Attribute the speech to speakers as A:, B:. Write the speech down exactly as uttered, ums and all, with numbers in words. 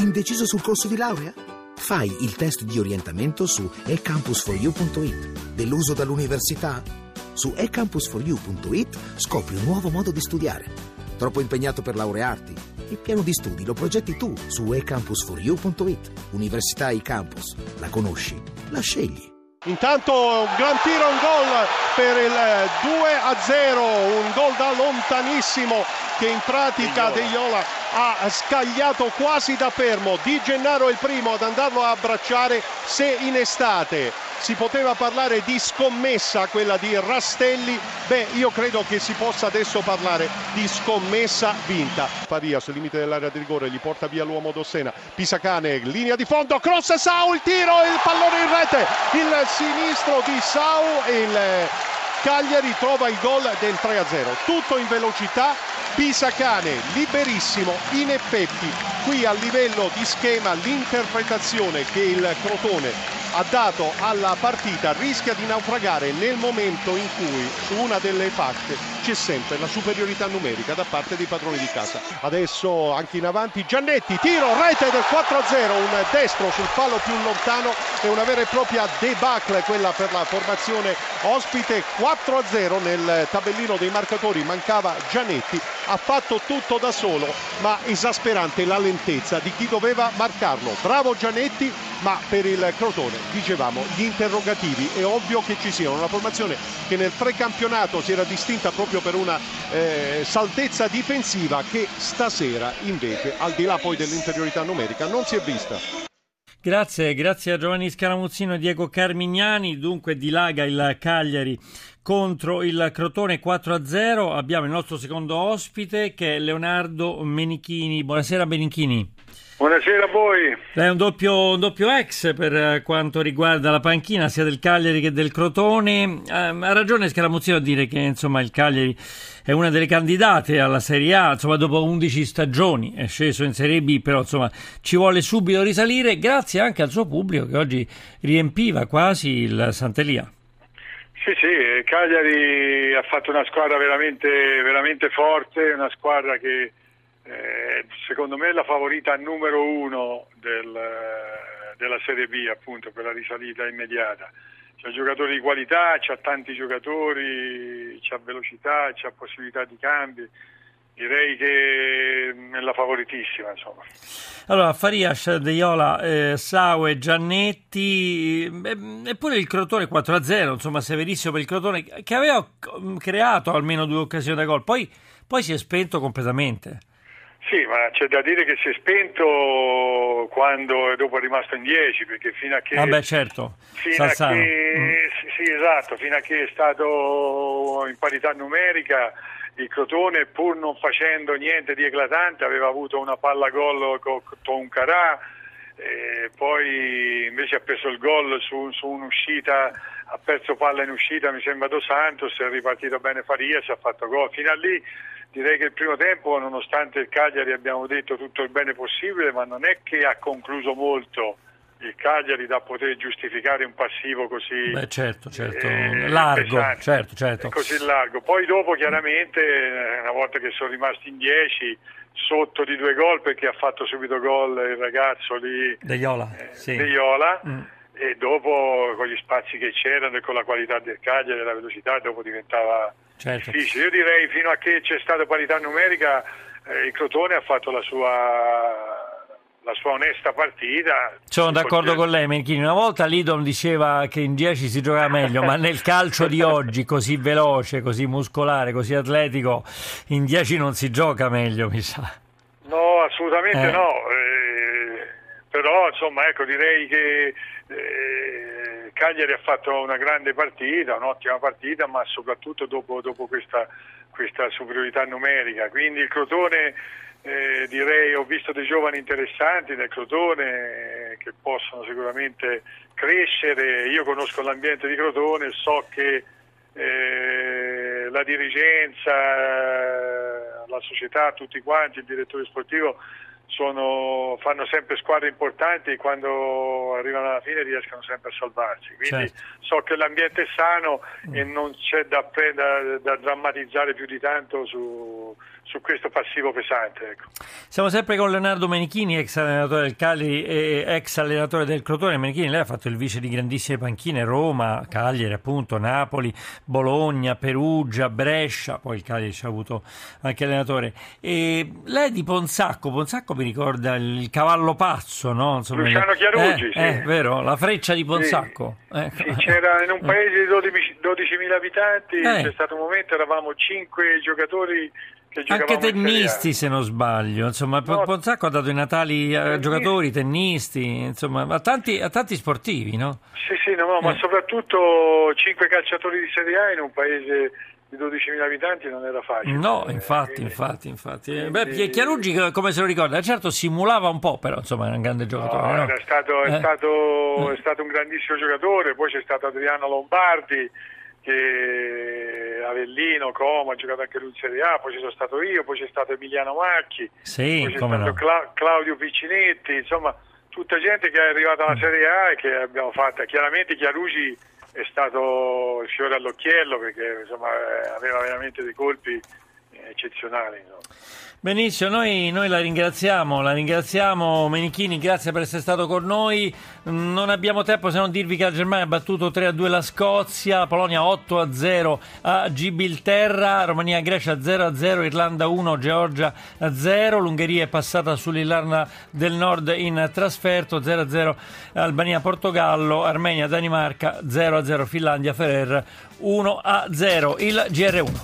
A: Indeciso sul corso di laurea? Fai il test di orientamento su e campus for you punto it. Deluso dall'università? Su e campus for you punto it scopri un nuovo modo di studiare. Troppo impegnato per laurearti? Il piano di studi lo progetti tu su e campus for you punto it. Università eCampus. La conosci? La scegli.
B: Intanto un gran tiro, un gol per il due a zero, un gol da lontanissimo che in pratica De Jong ha scagliato quasi da fermo. Di Gennaro è il primo ad andarlo a abbracciare. Se in estate si poteva parlare di scommessa, quella di Rastelli, beh, io credo che si possa adesso parlare di scommessa vinta. Farias, limite dell'area di rigore, gli porta via l'uomo Dossena. Pisacane, linea di fondo, cross Sau, il tiro, il pallone in rete, il sinistro di Sau e il Cagliari trova il gol del tre a zero. Tutto in velocità. Pisacane liberissimo. In effetti qui a livello di schema l'interpretazione che il Crotone ha dato alla partita rischia di naufragare nel momento in cui su una delle fasce c'è sempre la superiorità numerica da parte dei padroni di casa. Adesso anche in avanti Giannetti, tiro, rete del quattro a zero, un destro sul palo più lontano e una vera e propria debacle quella per la formazione ospite. Quattro a zero nel tabellino dei marcatori, mancava Giannetti, ha fatto tutto da solo, ma esasperante la lentezza di chi doveva marcarlo. Bravo Giannetti, ma per il Crotone, dicevamo, gli interrogativi. È ovvio che ci siano una formazione che nel precampionato si era distinta proprio per una eh, saltezza difensiva che stasera invece, al di là poi dell'interiorità numerica, non si è vista.
C: Grazie, grazie a Giovanni Scaramuzzino e Diego Carmignani. Dunque dilaga il Cagliari contro il Crotone quattro a zero. Abbiamo il nostro secondo ospite che è Leonardo Menichini. Buonasera Menichini.
D: Buonasera a voi.
C: Lei è un doppio, un doppio ex per quanto riguarda la panchina sia del Cagliari che del Crotone. Eh, ha ragione Scaramuzzino a dire che insomma il Cagliari è una delle candidate alla Serie A, insomma dopo undici stagioni è sceso in Serie B, però insomma ci vuole subito risalire grazie anche al suo pubblico che oggi riempiva quasi il Sant'Elia.
D: Sì, sì, Cagliari ha fatto una squadra veramente, veramente forte, una squadra che eh, secondo me è la favorita numero uno del, della Serie B, appunto, per la risalita immediata. C'ha giocatori di qualità, c'ha tanti giocatori, c'ha velocità, c'ha possibilità di cambi. Direi che è la favoritissima, insomma.
C: Allora, Farias, De Jong, eh, Sau e Giannetti, eh, eppure il Crotone quattro a zero, insomma severissimo per il Crotone, che aveva creato almeno due occasioni da gol, poi, poi si è spento completamente.
D: Sì, ma c'è da dire che si è spento quando dopo è rimasto in dieci, perché fino a che...
C: Ah beh, certo,
D: fino a che mm. sì, sì, esatto, fino a che è stato in parità numerica, il Crotone, pur non facendo niente di eclatante, aveva avuto una palla gol con Toncarà, e poi invece ha preso il gol su, su un'uscita, ha perso palla in uscita, mi sembra Dos Santos, è ripartito bene Farias, ha fatto gol. Fino a lì direi che il primo tempo, nonostante il Cagliari abbiamo detto tutto il bene possibile, ma non è che ha concluso molto il Cagliari da poter giustificare un passivo così
C: Beh, certo, certo.
D: Eh,
C: largo,
D: pesante,
C: certo, certo.
D: così largo. Poi dopo chiaramente, una volta che sono rimasti in dieci, sotto di due gol, perché ha fatto subito gol il ragazzo lì,
C: De Jong,
D: eh,
C: sì.
D: De Jong,
C: mm.
D: e dopo con gli spazi che c'erano e con la qualità del Cagliari e la velocità, dopo diventava
C: certo.
D: difficile. Io direi fino a che c'è stata parità numerica, eh, il Crotone ha fatto la sua la sua onesta partita.
C: Sono d'accordo con lei, Menichini. Una volta Lidon diceva che in dieci si giocava meglio, ma nel calcio di oggi, così veloce, così muscolare, così atletico, in dieci non si gioca meglio, mi sa.
D: No, assolutamente
C: eh.
D: no. Eh, però, insomma, ecco, direi che eh, Cagliari ha fatto una grande partita, un'ottima partita, ma soprattutto dopo, dopo questa, questa superiorità numerica. Quindi il Crotone... Eh, direi ho visto dei giovani interessanti nel Crotone eh, che possono sicuramente crescere. Io conosco l'ambiente di Crotone, so che eh, la dirigenza, la società, tutti quanti, il direttore sportivo sono, fanno sempre squadre importanti e quando arrivano alla fine riescono sempre a salvarsi. Quindi
C: certo.
D: So che l'ambiente è sano mm. e non c'è da, da, da drammatizzare più di tanto su su questo passivo pesante. Ecco.
C: Siamo sempre con Leonardo Menichini, ex allenatore del Cagliari e ex allenatore del Crotone. Menichini, lei ha fatto il vice di grandissime panchine: Roma, Cagliari, appunto, Napoli, Bologna, Perugia, Brescia, poi il Cagliari ci ha avuto anche allenatore. E lei di Ponsacco, Ponsacco mi ricorda il cavallo pazzo, no? Insomma,
D: Luciano Chiarugi,
C: eh,
D: sì.
C: Eh, vero, la freccia di Ponsacco.
D: Sì,
C: ecco.
D: sì, c'era in un paese di dodicimila abitanti,
C: eh.
D: c'è stato un momento, eravamo cinque giocatori che
C: anche
D: giocavamo
C: tennisti, se non sbaglio, insomma, no, Ponsacco ha dato i natali a tennisti. Giocatori, tennisti, insomma, a tanti, a tanti sportivi, no?
D: Sì, sì, no, no, eh. ma soprattutto cinque calciatori di Serie A in un paese di dodicimila abitanti non era facile.
C: No, infatti, quindi, infatti, infatti. Quindi... Beh, Chiarugi, come se lo ricorda, certo simulava un po', però insomma era un grande giocatore.
D: No,
C: no?
D: Era stato, è,
C: eh.
D: stato, è stato un grandissimo giocatore, poi c'è stato Adriano Lombardi, che Avellino, Como, ha giocato anche lui in Serie A, poi ci sono stato io, poi c'è stato Emiliano Macchi,
C: sì,
D: poi c'è
C: come
D: stato
C: no.
D: Cla- Claudio Piccinetti, insomma tutta gente che è arrivata alla Serie A e che abbiamo fatta. Chiaramente Chiarugi è stato il fiore all'occhiello perché insomma aveva veramente dei colpi eccezionali. Insomma.
C: Benissimo, noi, noi la ringraziamo, la ringraziamo Menichini, grazie per essere stato con noi. Non abbiamo tempo se non dirvi che la Germania ha battuto tre a due la Scozia, Polonia otto a zero a Gibilterra, Romania Grecia zero a zero, Irlanda uno, Georgia zero, l'Ungheria è passata sull'Irlanda del Nord in trasferto, zero a zero Albania Portogallo, Armenia Danimarca zero a zero, Finlandia Ferrer uno a zero. Il G R uno.